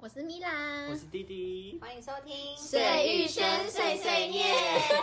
是米兰， 我是弟弟， 欢迎收听碎玉轩碎碎念。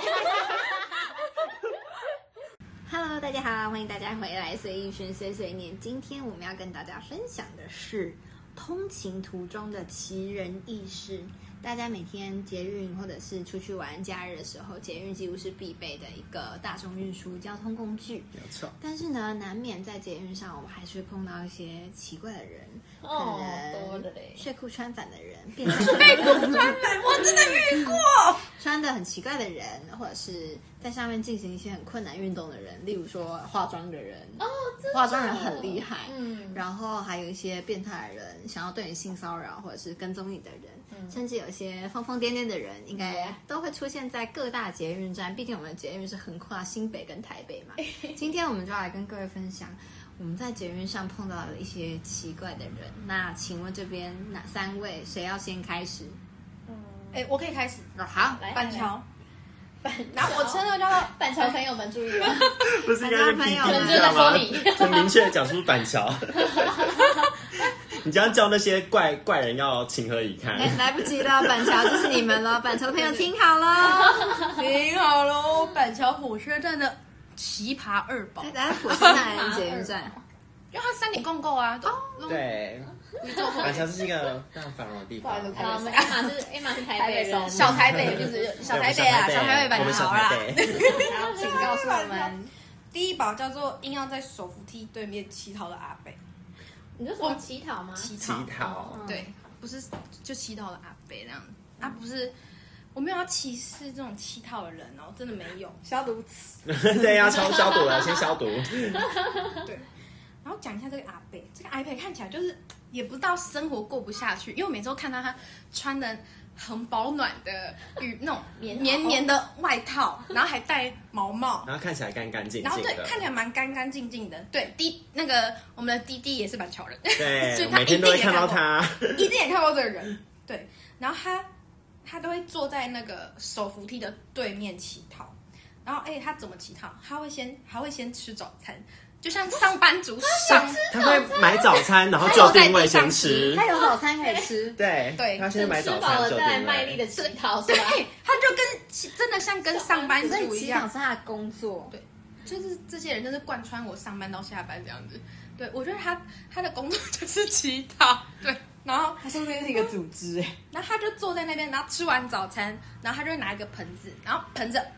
Hello， 大家好，欢迎大家回来碎玉轩碎碎念。今天我们要跟大家分享的是通勤途中的奇人异事。大家每天捷运或者是出去玩假日的时候，捷运几乎是必备的一个大众运输交通工具。 没有错。 但是呢，难免在捷运上，我们还是会碰到一些奇怪的人，可能睡裤穿反的人，变态睡裤穿反，我真的遇过，穿的很奇怪的人，或者是在上面进行一些很困难运动的人，例如说化妆的人，化妆人很厉害，然后还有一些变态的人想要对你性骚扰或者是跟踪你的人，甚至有些疯疯癫癫的人，应该都会出现在各大捷运站。毕竟我们的捷运是横跨新北跟台北嘛。今天我们就来跟各位分享我们在捷运上碰到的一些奇怪的人。那请问这边哪三位谁要先开始？ 我可以开始。 好， 板桥。然后我称的叫做板桥朋友们注意了， 不是应该是弟弟就这样吗？ 在说你很明确的讲出板桥。你这样叫那些怪人要情何以堪？ 来不及了，板桥就是你们了，板桥的朋友听好了， 听好喽，板桥火车站的奇葩二宝， 来火车站还是捷运站？ 因为它3点共购啊。 对，板桥是一个非常繁荣的地方。 好，我们Emma是台北人， 小台北就是小台北啊，小台北板桥啦。 好，请告诉我们， 第一宝叫做硬要在手扶梯对面乞讨的阿伯。 你就说乞讨吗？ 乞讨， 对，不是就乞讨的阿伯那样。啊，不是，我没有要歧视这种乞讨的人哦，真的没有。 消毒词， 对，要消毒了，先消毒。 对。然后讲一下这个阿伯，这个阿伯看起来就是也不知道生活过不下去，因为我每周看到他穿的很保暖的那种绵的外套，然后还戴毛帽， 然后看起来干干净净的， 然后对，看起来蛮干干净净的。对，那个我们的弟弟也是板桥人， 对， 所以每天都会看到他， 一定也看过这个人。对，然后他都会坐在那个手扶梯的对面乞讨，然后他怎么乞讨？还会先吃早餐。就像上班族他会买早餐，然后就定位先吃。 他有早餐可以吃。 对，他先买早餐就定位。 再来卖力的乞讨， 对，他就真的像跟上班族一样， 乞讨是他的工作。 对，就是这些人就是贯穿我上班到下班这样子。对，我觉得他的工作就是乞讨。对，然后他说不定是一个组织然后他就坐在那边，然后吃完早餐，然后他就会拿一个盆子，然后盆子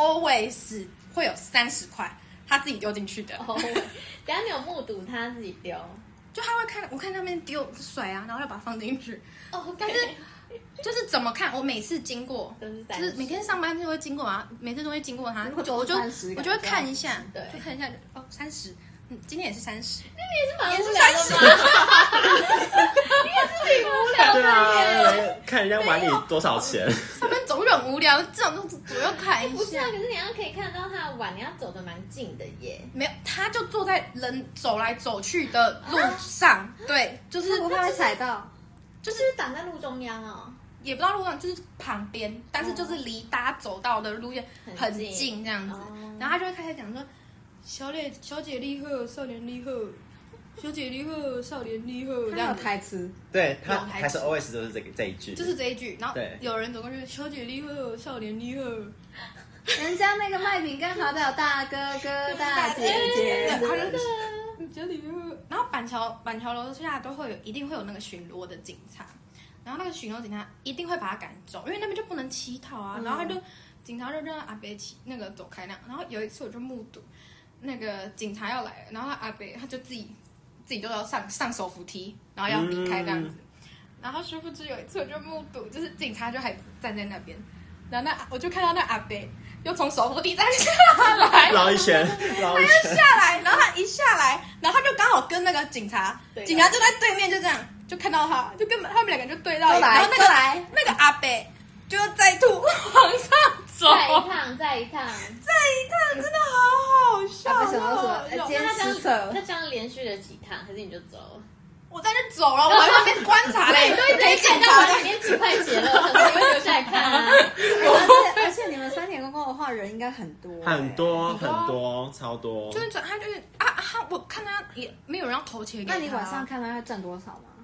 always 会有30块。他自己丢进去的。 等下你有目睹他自己丢？ 就他会我看他们丢水啊，然后就把它放进去。 但是就是怎么看，我每次经过，就是每天上班就会经过啊，每次都会经过他，我就会看一下， 对， 就看一下30，今天也是30， 那你也是蛮无聊的吗？你也是挺无聊的。 对啊，看人家碗里多少钱。 上班总是很无聊，这种都左右看一下。 不是啊，可是你要可以看到他的碗，你要走的蛮近的耶。 没有，他就坐在人走来走去的路上，对，就是不怕会踩到， 就是挡在路中央哦。 也不知道路上就是旁边，但是就是离大家走到的路线很近这样子。然后他就会开始讲说：“小姐你好，少年你好，小姐你好，少年你好。”这样台词， 对他还是 always 都是这一句， 就是这一句。然后有人走过去：“小姐你好，少年你好。” 人家那个卖饼干好歹有大哥哥、大姐姐， 小姐你好。然后板桥楼下都会一定会有那个巡逻的警察。然后那个巡逻警察一定会把他赶走，因为那边就不能乞讨啊。然后警察就让阿伯那个走开那样。然后有一次我就目睹那个警察要来了，然后阿伯他就自己就要上手扶梯，然后要离开这样子。然后殊不知有一次我就目睹，就是警察就还站在那边，然后我就看到那阿伯又从手扶梯站下来， 绕一圈， 他就下来，然后他一下来，然后他就刚好跟那个警察就在对面，就这样。就看到他，就跟他们两个就对到，然后那个阿伯就要再吐往上走， 再一趟， 真的好好笑。 阿伯想到什么？ 他这样连续了几趟，可是你就走了。 我在这走了，我在那边观察嘞， 对，可以看到我里面几块钱了，我想说留下来看啊。 而且你们3点公共的话，人应该很多， 很多，超多。 就是他就是我看他也没有人要投钱给他。 那你晚上看他要赚多少吗？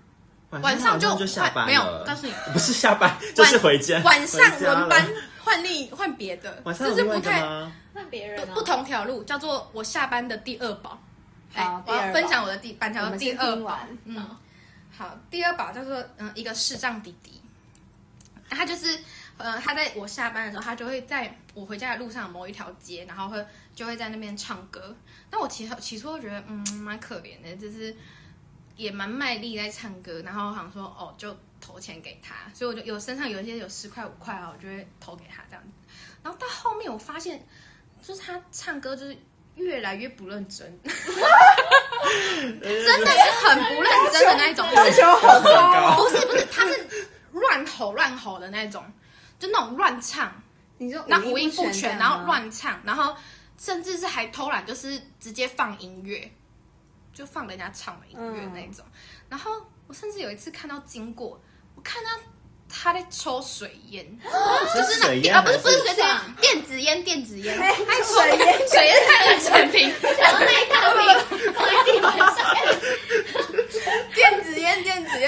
晚上就下班了， 没有，告诉你不是下班就是回家， 晚上轮班换别的， 晚上就是不太换别人不同条路，叫做我下班的第二宝。我要分享我的板桥的第二宝。好，第二宝叫做一个视障弟弟，他就是他在我下班的时候，他就会在我回家的路上某一条街，然后就会在那边唱歌。那我起初会觉得蛮可怜的，就是也蛮卖力在唱歌，然后想说就投钱给他，所以我就身上有一些有10块5块啊，我就会投给他这样子。然后到后面我发现，就是他唱歌就是越来越不认真，真的是很不认真的那一种， 要求好高， 不是，他是乱吼的那种，就那种乱唱， 你说那五音不全，然后乱唱，然后甚至是还偷懒，就是直接放音乐，就放人家唱的音乐那种。然后我甚至有一次看到经过，我看到他在抽水烟，就是水烟不是水烟，电子烟，他水烟在那整瓶， 然后那一大瓶放在地板上， 电子烟讲出。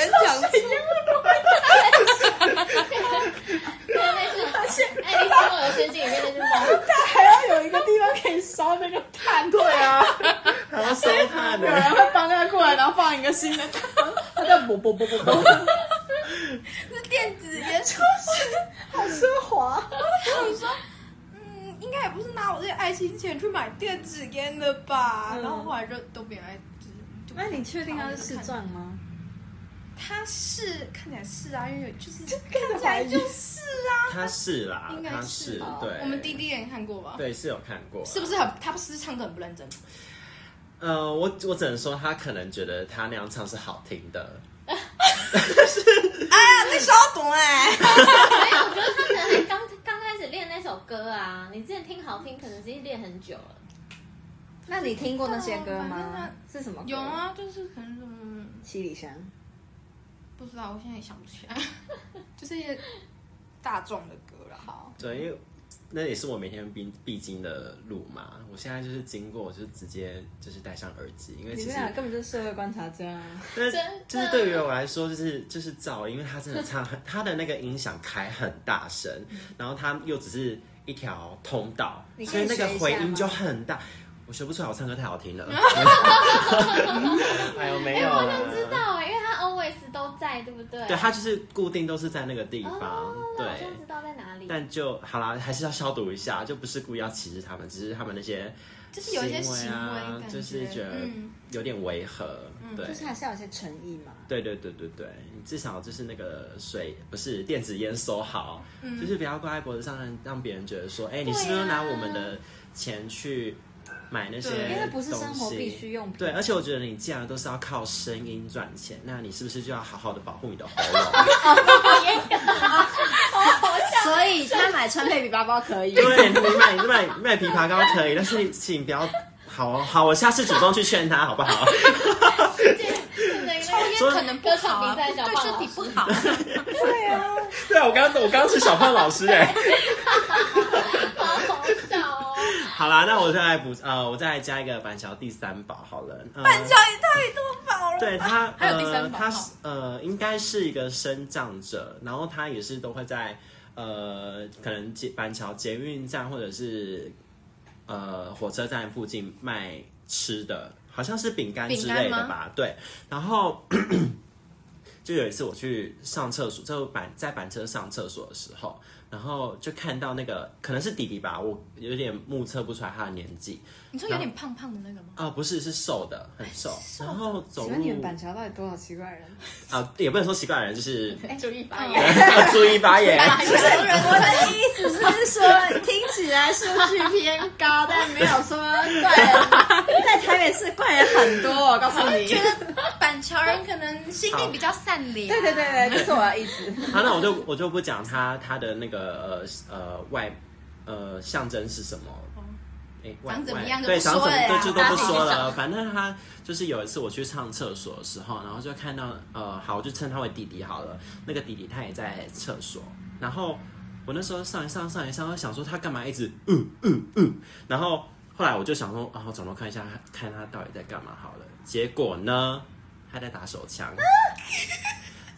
爱丽丝梦游仙境里面那只猫， 它还要有一个地方可以烧那个炭。对啊， 还要烧炭有人会帮那个过来，然后放一个新的炭，它在啵啵啵啵啵。 是电子烟， 好奢华。 我说，应该也不是拿我这些爱心钱去买电子烟的吧？然后后来就都没来。 那你确定他是视障吗？ 他是看起来是啊，因为就是看起来就是啊。 他是啦， 应该是对。 我们弟弟也看过吧？ 对，是有看过。 是不是他不是唱歌很不认真？ 我只能说他可能觉得他那样唱是好听的。 哎呀，你稍懂哎。 没有，我觉得他可能还刚开始练那首歌啊。你之前听好听，可能已经练很久了。 那你听过那些歌吗？是什么歌？ 有啊，就是可能什么七里香。 不知道，我现在也想不起来，就是一些大众的歌啦。好， 对，因为那也是我每天必经的路嘛。我现在就是经过，我就直接就是戴上耳机，因为其实根本就是社会观察家啊。 就是对于我来说，就是噪音，因为他真的唱他的那个音响开很大声，然后他又只是一条通道，所以那个回音就很大。我学不出来，我唱歌太好听了。哎呦，没有啦。 我知道因为他 always 都在，对不对？ 对，他就是固定都是在那个地方。对， 我就知道在哪里。 但就好啦，还是要消毒一下，就不是故意要歧视他们，只是他们那些就是有一些行为就是觉得有点违和。对， 就是还是要有些诚意嘛。 对，你至少就是那个不是电子烟收好，就是不要挂在脖子上，让别人觉得说，你是不是拿我们的钱去买那些东西， 因为不是生活必需用品。 对，而且我觉得你既然都是要靠声音赚钱，那你是不是就要好好的保护你的喉咙？ 所以他买川贝枇杷膏可以。 对，你买枇杷膏可以，但是请不要好，我下次主动去劝他，好不好？ 抽烟可能不好啊，对身体不好。 对啊， 对啊，我刚是小胖老师好笑哦。 好啦，那我再来我再来加一个板桥第3宝好了。 板桥也太多宝了。 对他， 还有第3宝， 他应该是一个身障者，然后他也是都会在可能板桥捷运站或者是火车站附近卖吃的，好像是饼干之类的吧？对，然后就有一次我去上厕所，就在板车上厕所的时候，然后就看到那个可能是弟弟吧，我有点目测不出来他的年纪。 你说有点胖胖的那个吗？ 不是，是瘦的，很瘦。然后走路。 请问你们板桥到底多少奇怪人？ 也不能说奇怪的人，就是注意发言， 注意发言。 我的意思是说，听起来数据偏高，但没有说怪人。在台北市怪人很多，我告诉你。 觉得板桥人可能心地比较善良。 对，这是我的意思。 好，那我就不讲他的那个象征是什么。 长怎么样对，长怎么对就都不说了。反正他就是有一次我去上厕所的时候，然后就看到好，我就称他为弟弟好了。那个弟弟他也在厕所，然后我那时候上一上，我想说他干嘛一直然后后来我就想说转头看一下，看他到底在干嘛好了。结果呢，他在打手枪。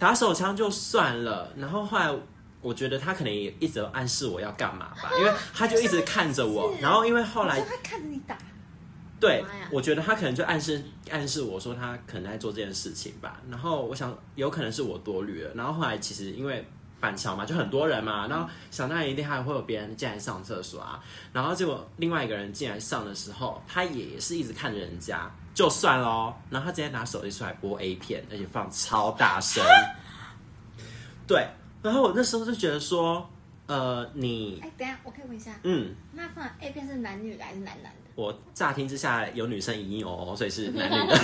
打手枪就算了，然后后来我觉得他可能也一直有暗示我要干嘛吧，因为他就一直看着我，然后因为后来他看着你打。 对，我觉得他可能就暗示我说他可能在做这件事情吧，然后我想有可能是我多虑了，然后后来其实因为板桥嘛，就很多人嘛，然后想当然一定还会有别人进来上厕所啊，然后结果另外一个人进来上的时候，他也是一直看着人家，就算咯，然后他直接拿手机出来播 A 片，而且放超大声，对，然后我那时候就觉得说，你， 等一下我可以问一下，那放 A 片是男女的还是男男的？ 我乍听之下有女生引哦，所以是男女的。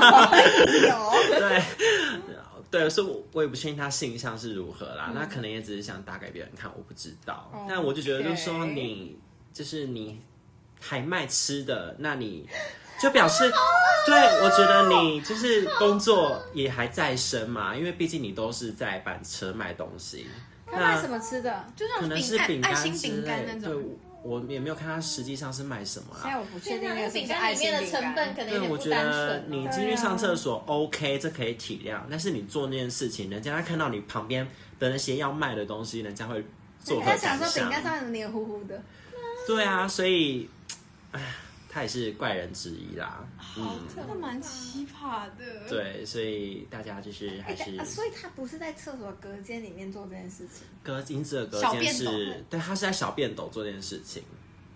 对，所以我也不确定他性向是如何啦，那可能也只是想打给别人看，我不知道。但我就觉得，就是说你还卖吃的，那你就表示，对，我觉得你就是工作也还在身嘛，因为毕竟你都是在板车卖东西。 他卖什么吃的？ 就那可能是种饼干爱心饼干那种。 我也没有看他实际上是卖什么啦。 现在我不确定那个饼干里面的成分可能有点我觉不单得纯。 你进去上厕所 OK， 这可以体谅，但是你做那件事情，人家看到你旁边的那些要卖的东西，人家会作何感想？ 他想说饼干上面黏糊糊的。 对啊，所以，他也是怪人之一啦。 真的蛮奇葩的。 对，所以大家就是还是， 所以他不是在厕所隔间里面做这件事情。 银子的隔间是，对，他是在小便斗做这件事情。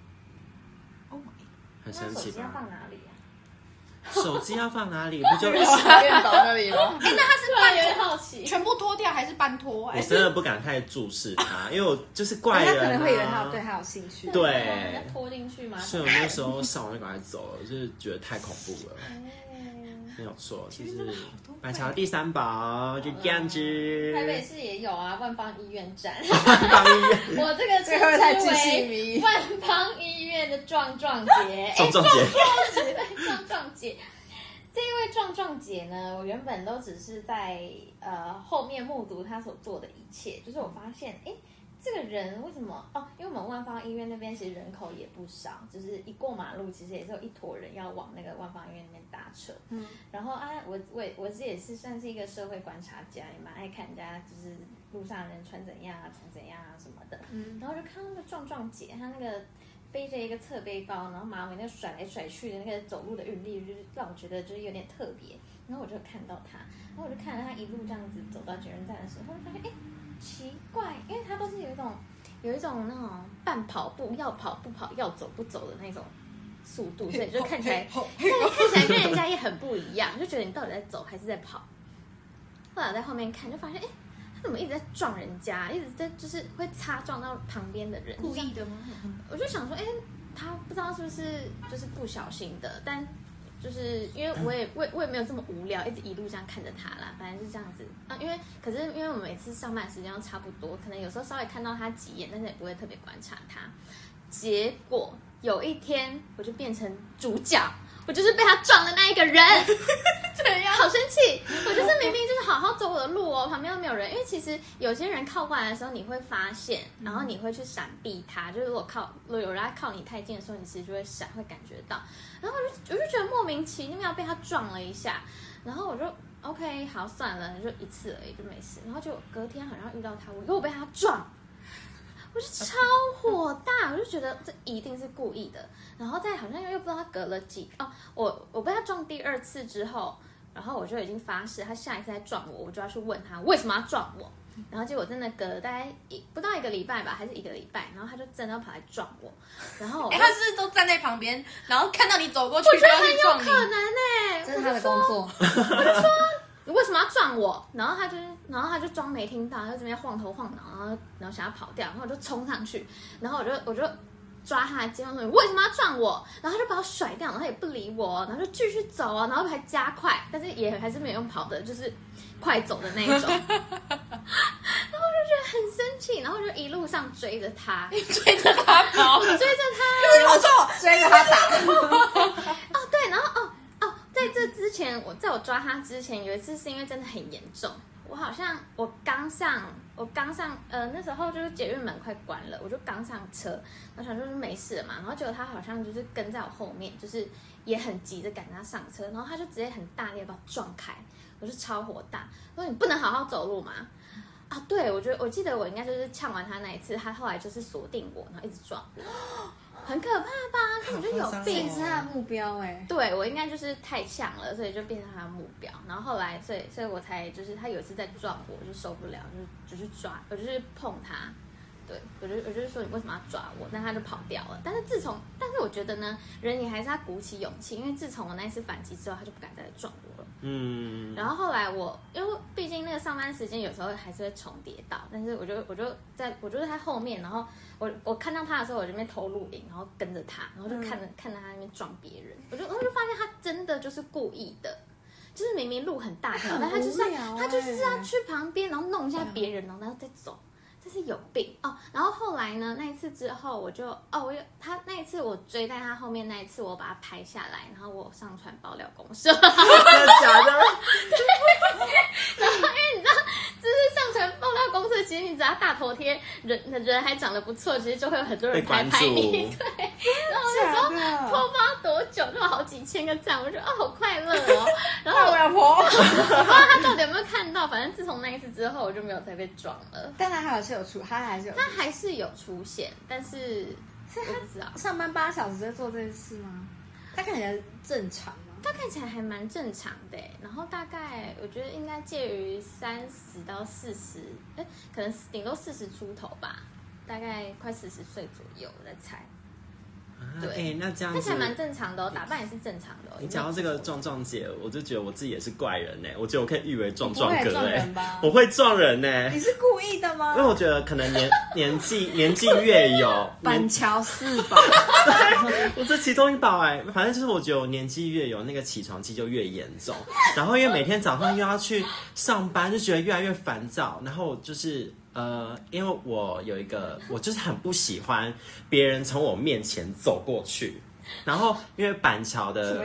Oh my， 很神奇吧？ 那手机要放哪里啊？ 手机要放哪里？不就小便斗那里吗？ 那他是半有点好奇， 全部脱掉还是半脱？ 我真的不敢太注视他，因为我就是怪人、啊。 他可能会以为他对他有兴趣。 对， 要拖进去吗？ 所以我那时候上完就赶快走了，就是觉得太恐怖了。没有错，就是板桥第三宝就这样子。 台北市也有啊，万芳医院站。 万芳医院， 我这个称之为万芳医院的壮壮姐。 壮壮姐， 壮壮姐。这一位壮壮姐呢，我原本都只是在后面目睹她所做的一切，就是我发现，这个人为什么因为我们万芳医院那边其实人口也不少，就是一过马路其实也是有一坨人要往那个万芳医院那边搭车。然后我这也是算是一个社会观察家，也蛮爱看人家就是路上人穿怎样啊、长怎样啊什么的。然后就看到那个壮壮姐，她那个背着一个侧背包，然后马尾那甩来甩去的那个走路的韵律，就是让我觉得就是有点特别。然后我就看到她，然后我就看着她一路这样子走到捷运站的时候，发现奇怪，因为他都是有一种那种半跑步要跑不跑要走不走的那种速度，所以就看起来跟人家也很不一样，就觉得你到底在走还是在跑。后来我在后面看，就发现他怎么一直在撞人家，一直在就是会擦撞到旁边的人， 故意的吗？ 我就想说，他不知道是不是就是不小心的，但。就是因为我也没有这么无聊，一直一路这样看着他啦，反正是这样子啊。因为我们每次上班时间都差不多，可能有时候稍微看到他几眼，但是也不会特别观察他。结果有一天我就变成主角，我就是被他撞的那一个人，怎样？好生气！我就是明明就是好好走我的路哦，旁边都没有人。因为其实有些人靠过来的时候，你会发现，然后你会去闪避他。就是如果有人靠你太近的时候，你其实就会闪，会感觉到。然后我就觉得莫名其妙被他撞了一下，然后我就 OK 好算了，就一次而已就没事。然后就隔天好像遇到他，我又被他撞。我就超火大，我就觉得这一定是故意的。然后再好像又不知道他隔了我被他撞第二次之后，然后我就已经发誓，他下一次再撞我，我就要去问他为什么要撞我。然后结果真的隔了大概不到1个礼拜吧，还是1个礼拜，然后他就真的要跑来撞我。然后他是不是都站在旁边，然后看到你走过去， 我觉得很有可能这是他的工作。 我就说你为什么要撞我？然后他就装没听到，他就这边晃头晃脑，然后想要跑掉，然后我就冲上去，然后我就抓他的肩膀说你为什么要撞我？然后他就把我甩掉，然后他也不理我，然后就继续走啊，然后还加快，但是也还是没有用跑的，就是快走的那一种。然后我就觉得很生气，然后就一路上追着他， 追着他跑， 我追着他， 我错， 追着他打。 对，然后在这之前，在我抓他之前，有一次是因为真的很严重，我刚上那时候就是捷运门快关了，我就刚上车，我想就是没事了嘛，然后结果他好像就是跟在我后面，就是也很急着赶他上车，然后他就直接很大力的把我撞开， 我就超火大，我说你不能好好走路吗？啊，对，我记得我应该就是呛完他那一次，他后来就是锁定我，然后一直撞我，很可怕吧？根本就有病， 是他的目标哎。 对，我应该就是太呛了，所以就变成他的目标。然后后来，所以我才就是他有一次在撞我，就受不了，就是抓，我就是碰他。对，我就是说你为什么要抓我？但他就跑掉了。但是我觉得呢，人你还是要鼓起勇气，因为自从我那一次反击之后，他就不敢再来撞我了。然后后来因为毕竟那个上班时间有时候还是会重叠到，但是我就在他后面，然后我看到他的时候，我就在那边偷录影，然后跟着他，然后就看着他那边撞别人，我就发现他真的就是故意的。就是明明路很大条，但他就是要去旁边，然后弄一下别人，然后再走。是有病哦，然后后来呢？那一次之后，他那一次我追在他后面那一次，我把他拍下来，然后我上传爆料公社。 真的假的？ 然后因为你知道，就是上传爆料公社，其实你只要大头贴，人还长得不错，其实就会有很多人拍你。对，然后那时候偷不知道多久，就有好几千个赞，我觉得好快乐哦。然后我老婆， 我不知道他到底有没有看到，反正自从那一次之后，我就没有再被撞了。 但他还是有出现，但是我不知道上班8小时在做这件事吗？他看起来正常吗？ 他看起来还蛮正常的，然后大概我觉得应该介于30到40，可能顶多40出头吧，大概快40岁左右，我在猜。对， 那这样子看起来蛮正常的哦，打扮也是正常的哦。 你讲到这个壮姐，我就觉得我自己也是怪人呢。我觉得我可以誉为壮哥我会撞人呢。 你是故意的吗？ 因为我觉得可能年纪越有， 板桥4宝， 我是其中1宝反正就是我觉得我年纪越有，那个起床气就越严重。然后因为每天早上又要去上班，就觉得越来越烦躁。然后就是因为我就是很不喜欢别人从我面前走过去。然后因为板桥的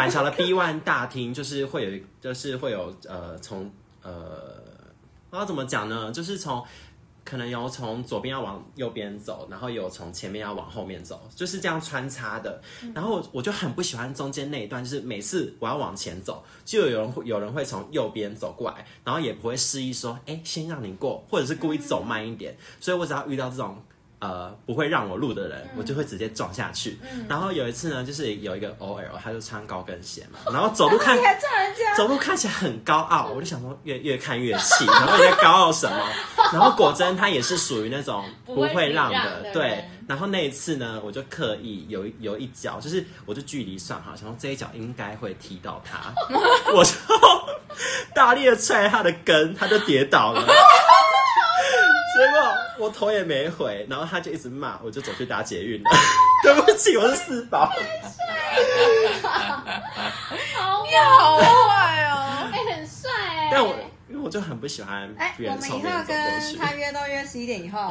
B1 大厅就是会有从不知道怎么讲呢，就是可能有从左边要往右边走，然后有从前面要往后面走，就是这样穿插的。然后我就很不喜欢中间那一段，就是每次我要往前走，就有人会从右边走过来，然后也不会示意说，先让你过，或者是故意走慢一点。所以我只要遇到这种不会让我路的人，我就会直接撞下去。然后有一次呢，就是有一个 OL， 他就穿高跟鞋嘛，然后走路看起来很高傲，我就想说越看越气，然后你在高傲什么？然后果真他也是属于那种不会让的，对。然后那一次呢，我就刻意有一脚，就是我就距离算好，想说这一脚应该会踢到他，我就大力的踹他的跟，他就跌倒了。结果我头也没回，然后他就一直骂，我就走去搭捷运了。对不起，我是4宝。 你好坏哦， 很帅哎。 但因为我就很不喜欢别人从面走过去。 我们以后跟他约都约11点以后。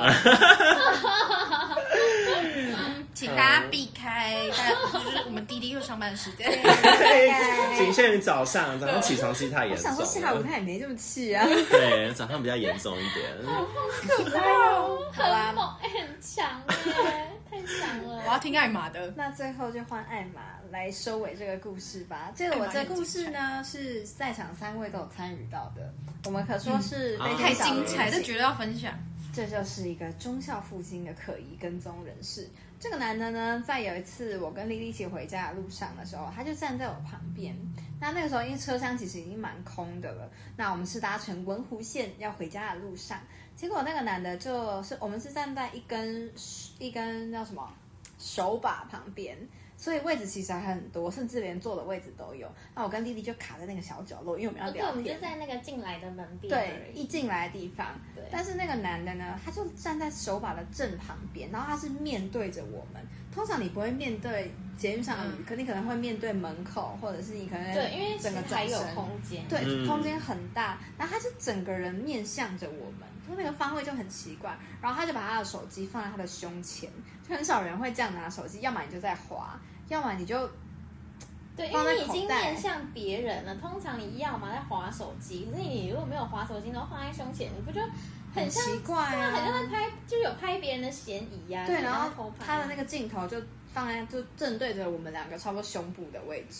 请大家避开，就是我们弟弟会上班的时间。 仅限于早上起床气太严重。 我想说下午他也没这么气啊。 对，早上比较严重一点。 好可怕哦，很猛，很强耶，太强了。 我要听艾玛的。 那最后就换艾玛来收尾这个故事吧。这个故事呢是在场3位都有参与到的，我们可说是非常太精彩，这绝对要分享。 这就是一个忠孝复兴的可疑跟踪人士。这个男的呢，在有一次我跟莉莉一起回家的路上的时候，他就站在我旁边。那个时候因为车厢其实已经蛮空的了，那我们是搭乘文湖线要回家的路上，结果那个男的我们是站在一根叫什么手把旁边。所以位置其实还很多，甚至连坐的位置都有。那我跟弟弟就卡在那个小角落，因为我们要聊天。 我们就在那个进来的门边。 对，一进来的地方。对。但是那个男的呢，他就站在手把的正旁边，然后他是面对着我们。通常你不会面对捷运上的旅客，你可能会面对门口，或者是你可能对，因为整个还有空间。 对，空间很大。然后他是整个人面向着我们，那个方位就很奇怪。然后他就把他的手机放在他的胸前，就很少人会这样拿手机，要么你就在滑。要么你就对，因为你已经面向别人了。通常你要么在滑手机，可是你如果没有滑手机，然后放在胸前，你不就很像奇怪啊？ 很像在拍，就有拍别人的嫌疑呀。 对，然后他的那个镜头就放在就正对着我们2个差不多胸部的位置。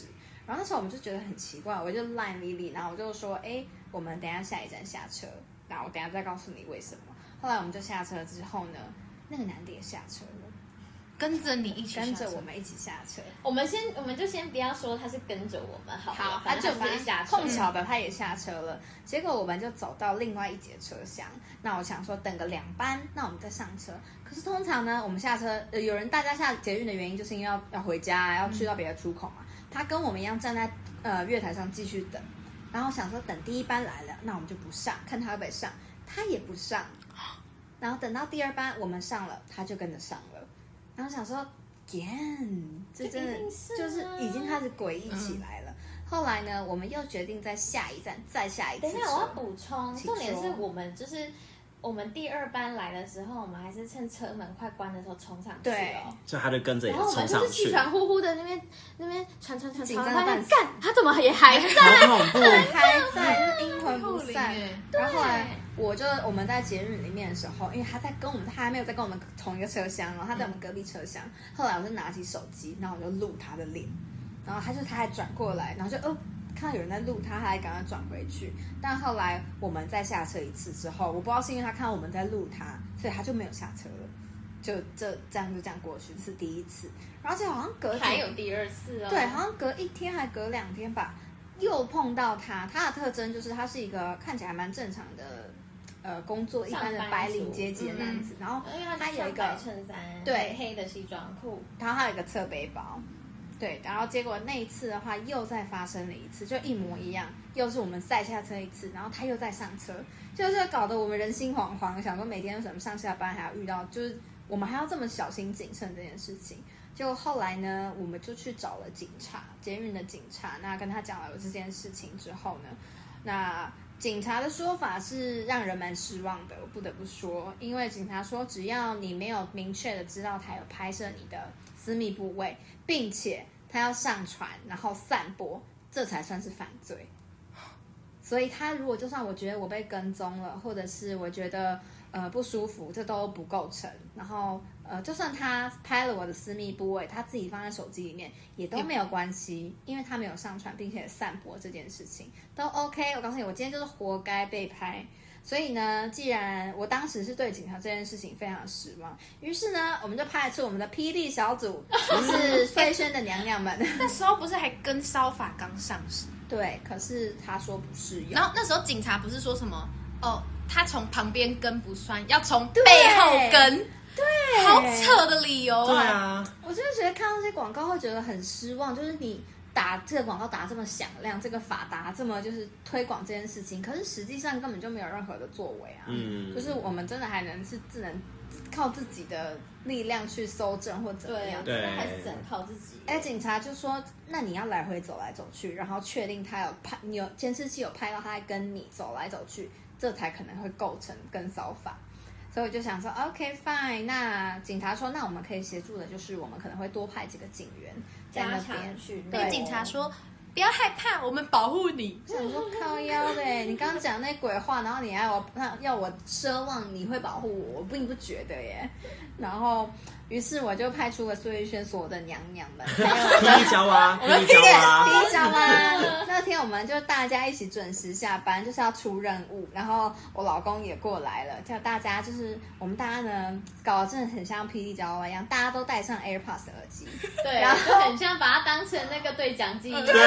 然后那时候我们就觉得很奇怪，我就赖 Lily， 然后我就说，我们等一下下一站下车，然后我等一下再告诉你为什么。后来我们就下车之后呢，那个男的也下车了。 跟着你一起， 跟着我们一起下车。 我们就先不要说他是跟着我们好了， 他就直接下车。 碰巧的他也下车了，结果我们就走到另外一节车厢。那我想说等个2班，那我们再上车。可是通常呢，我们下车，大家下捷运的原因就是因为要回家，要去到别的出口嘛。他跟我们一样站在月台上继续等，然后想说等第1班来了，那我们就不上，看他会不会上，他也不上。然后等到第2班我们上了，他就跟着上了。然后想说，这真的就是已经开始诡异起来了。后来呢，我们又决定在下一站再下一次车。 等一下，我要补充，重点是我们第2班来的时候，我们还是趁车门快关的时候冲上去哦。 就他就跟着也冲上去。 然后我们就是气喘呼呼的那边传，干，他怎么也还在？ 好恐怖， 还在，就是阴魂不散。然后后来我们在捷运里面的时候，因为他还没有在跟我们同一个车厢，然后他在我们隔壁车厢。后来我就拿起手机，然后我就录他的脸，然后他还转过来，然后就看到有人在录他，他还赶快转回去。但后来我们再下车一次之后，我不知道是因为他看到我们在录他，所以他就没有下车了。就这样过去，这是第1次。然后而且好像还有第2次哦。 对，好像隔1天还隔2天吧，又碰到他。他的特征就是他是一个看起来蛮正常的工作一般的白领阶级的男子，然后他有一个白衬衫， 对， 黑的西装裤， 然后他有一个侧背包。对，然后结果那一次的话又再发生了一次，就一模一样，又是我们再下车一次，然后他又再上车，就是搞得我们人心惶惶，想说每天什么上下班还要遇到，就是我们还要这么小心谨慎这件事情。结果后来呢，我们就去找了警察，捷运的警察，那跟他讲了这件事情之后呢，那警察的说法是让人蛮失望的，我不得不说，因为警察说只要你没有明确的知道他有拍摄你的私密部位，并且他要上传然后散播，这才算是犯罪。所以他如果就算我觉得我被跟踪了，或者是我觉得不舒服，这都不构成。然后就算他拍了我的私密部位，他自己放在手机里面也都没有关系，因为他没有上传并且散播这件事情都 OK。我告诉你，我今天就是活该被拍。所以呢，既然我当时是对警察这件事情非常失望，于是呢，我们就派出我们的霹雳小组，就是碎轩的娘娘们。 那时候不是还跟骚法刚上市？ 对，可是他说不适用。 然后那时候警察不是说什么他从旁边跟不算，要从背后跟。对，好扯的理由啊！ 对啊， 我真的觉得看到这些广告会觉得很失望，就是你打这个广告打这么响亮，这个法达这么就是推广这件事情，可是实际上根本就没有任何的作为啊。就是我们真的还只能靠自己的力量去搜证或怎么样， 对，还是只能靠自己。 警察就说，那你要来回走来走去，然后确定他有拍，你有监视器有拍到他在跟你走来走去，这才可能会构成跟骚法。所以我就想说 OK fine， 那警察说那我们可以协助的就是我们可能会多派几个警员在那边。 那个警察说不要害怕，我们保护你。 想说靠腰的，你刚刚讲那鬼话，然后你要我奢望你会保护我，我并不觉得耶。然后于是我就派出了苏玉轩所有的娘娘们，还有霹雳娇娃，霹雳娇娃。那天我们就大家一起准时下班，就是要出任务。然后我老公也过来了，叫大家就是我们大家呢搞得真的很像霹雳娇娃一样，大家都戴上 AirPods 的耳机， 对，然后就很像把它当成那个对讲机， 对，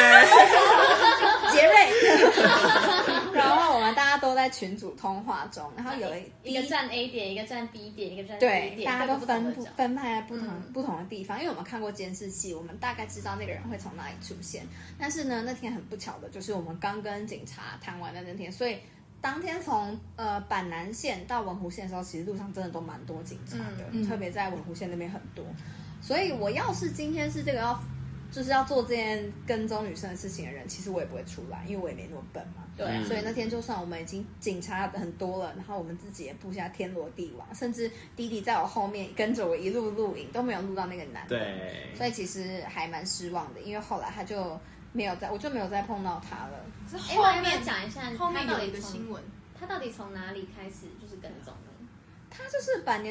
杰瑞。然后我们大家都在群组通话中，然后有一个站 A 点，一个站 B 点，一个站 C 点， 对，大家都分派在不同的地方，因为我们看过监视器，我们大概知道那个人会从哪里出现。但是呢，那天很不巧的就是我们刚跟警察谈完的那天，所以当天从板南线到文湖线的时候，其实路上真的都蛮多警察的，特别在文湖线那边很多。所以我要是今天是这个就是要做这件跟踪女生的事情的人，其实我也不会出来，因为我也没那么笨嘛。 对， 所以那天就算我们已经警察很多了，然后我们自己也布下天罗地网，甚至弟弟在我后面跟着我一路录影，都没有录到那个男的。 对， 所以其实还蛮失望的，因为后来他就没有我就没有再碰到他了。 后面讲一下， 后面有一个新闻， 他到底从哪里开始就是跟踪的？ 它就是板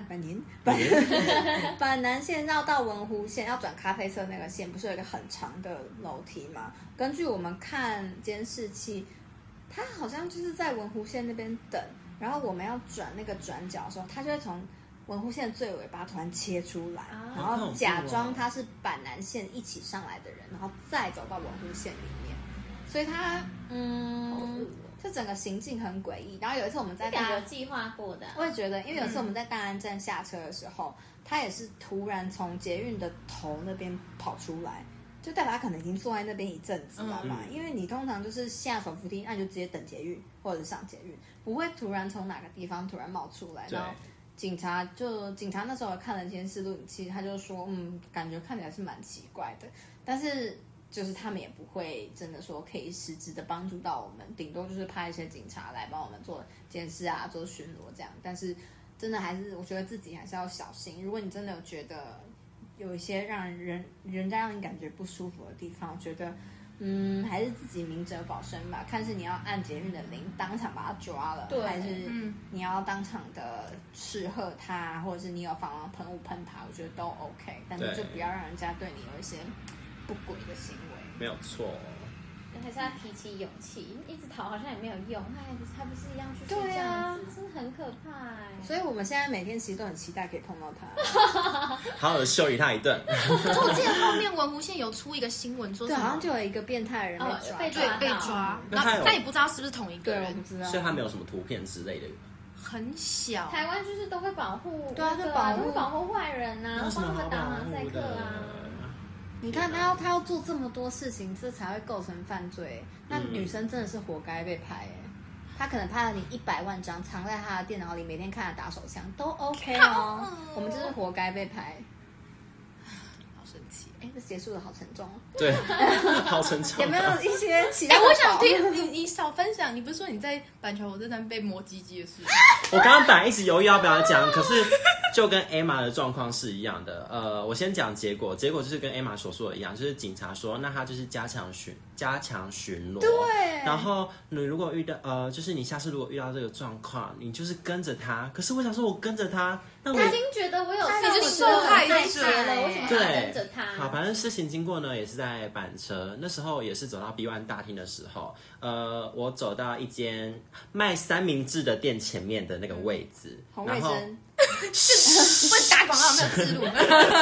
南线绕到文湖线，要转咖啡色那个线，不是有一个很长的楼梯吗？根据我们看监视器，它好像就是在文湖线那边等，然后我们要转那个转角的时候，它就会从文湖线最尾巴突然切出来，然后假装它是板南线一起上来的人，然后再走到文湖线里面，所以它就整个行径很诡异。然后有一次我们在有计划过的， 我也觉得，因为有一次我们在大安站下车的时候，他也是突然从捷运的头那边跑出来，就代表他可能已经坐在那边一阵子了嘛。因为你通常就是下手扶梯，那你就直接等捷运或者上捷运，不会突然从哪个地方突然冒出来。然后警察那时候看了监视录影器，他就说，感觉看起来是蛮奇怪的，但是。就是他们也不会真的说可以实质的帮助到我们，顶多就是派一些警察来帮我们做监视啊，做巡逻这样。但是真的还是我觉得自己还是要小心。如果你真的有觉得有一些让人家让你感觉不舒服的地方，我觉得还是自己明哲保身吧。看是你要按捷运的铃当场把他抓了，还是你要当场的斥喝他，或者是你有防狼喷雾喷他，我觉得都 OK。但是就不要让人家对你有一些不轨的行为， 没有错。 还是要提起勇气，一直逃好像也没有用，他不是一样去睡这样子，真的很可怕所以我们现在每天其实都很期待可以碰到他， 好好的修理他一顿。 可是我记得后面文湖线有出一个新闻，说对，好像就有一个变态的人被抓，但也不知道是不是同一个人， 我不知道， 所以他没有什么图片之类的。 很小， 台湾就是都会保护， 对啊，就保护坏人啊，帮他们打马赛克啊。 你看他要做这么多事情，这才会构成犯罪。那女生真的是活该被拍他可能拍了你100万张，藏在他的电脑里，每天看他打手枪都 OK 哦。我们真是活该被拍。好生气！这结束的好沉重。 对，好沉重。 有没有一些其他？ 我想听你少分享。你不是说你在板桥火车站被摸鸡鸡的事？ 我刚刚本来一直犹豫要不要讲，可是就跟 Emma 的状况是一样的。我先讲结果就是跟 Emma 所说的一样，就是警察说，那他就是加强巡逻。 对。 然后你如果遇到就是你下次如果遇到这个状况，你就是跟着他。可是我想说，我跟着他，那他已经觉得我有你是受害者了，为什么要跟着他？ 好，反正事情经过呢，也是在板车，那时候也是走到 B1 大厅的时候，我走到一间卖三明治的店前面的那个位置， 红卫生。 不能打广告，没有自录。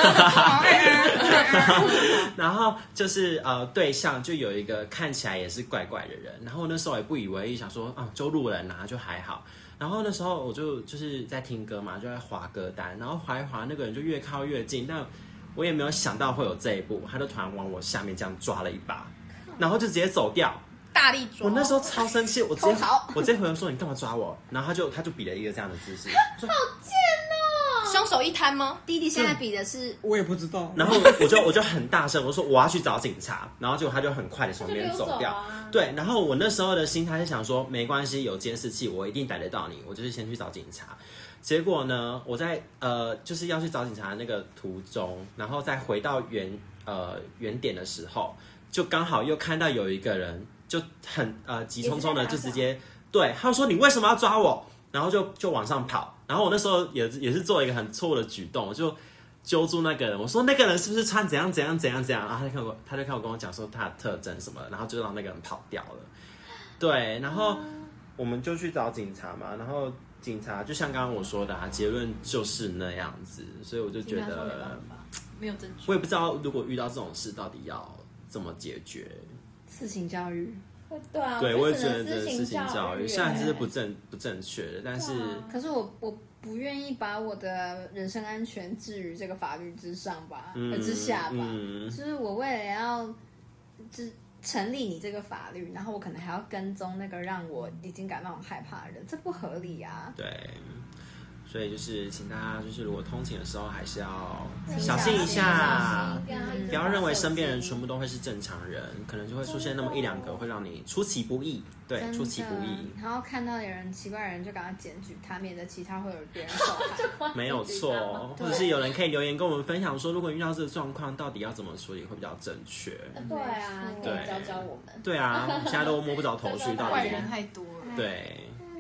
然后就是对象就有一个看起来也是怪怪的人，然后那时候也不以为意，想说就路人就还好。然后那时候我就是在听歌嘛，就在滑歌单，然后滑一滑，那个人就越靠越近，但我也没有想到会有这一步，他就突然往我下面这样抓了一把，然后就直接走掉。 大力抓！ 我那时候超生气，我直接回头说你干嘛抓我？然后他就比了一个这样的姿势， 好贱哦！ 凶手一摊吗？ 弟弟现在比的是我也不知道。然后我就很大声我说我要去找警察，然后结果他就很快的从那边走掉。对，然后我那时候的心态是想说没关系，有监视器我一定逮得到你，我就是先去找警察。结果呢，我在就是要去找警察的那个途中，然后再回到原点的时候，就刚好又看到有一个人。就很急匆匆的就直接对他说你为什么要抓我，然后就往上跑，然后我那时候也是做一个很错误的举动，我就揪住那个人，我说那个人是不是穿怎样，然后他就开始跟我讲说他的特征什么的，然后就让那个人跑掉了。对，然后我们就去找警察嘛，然后警察就像刚刚我说的结论就是那样子，所以我就觉得没有证据， 我也不知道如果遇到这种事到底要怎么解决。 私刑教育， 对啊， 对，我也觉得这是私刑教育，虽然这是不正确的，但是， 可是我不愿意把我的人身安全置于这个法律之上吧，之下吧，就是我为了要成立你这个法律，然后我可能还要跟踪那个让我已经感到很害怕的人，这不合理啊。 对。所以就是请大家就是如果通勤的时候还是要小心一下，不要认为身边人全部都会是正常人，可能就会出现那么1-2个会让你出其不意。对，出其不意。 然后看到有人奇怪的人就赶快检举他，免得其他会有别人受害。 没有错，或者是有人可以留言跟我们分享说，如果遇到这个状况，到底要怎么处理会比较正确？ 对啊，可以教我们。 对啊，现在都摸不着头绪，到底坏人太多了。 对。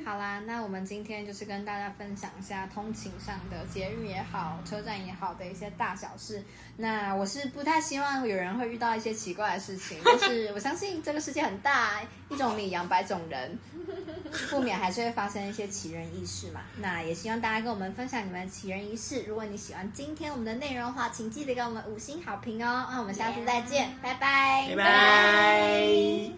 好啦，那我们今天就是跟大家分享一下通勤上的捷运也好、车站也好的一些大小事。那我是不太希望有人会遇到一些奇怪的事情，但是我相信这个世界很大，一种米养百种人，不免还是会发生一些奇人异事嘛。那也希望大家跟我们分享你们的奇人异事。如果你喜欢今天我们的内容的话，请记得给我们5星好评哦。那我们下次再见，拜拜， 拜拜。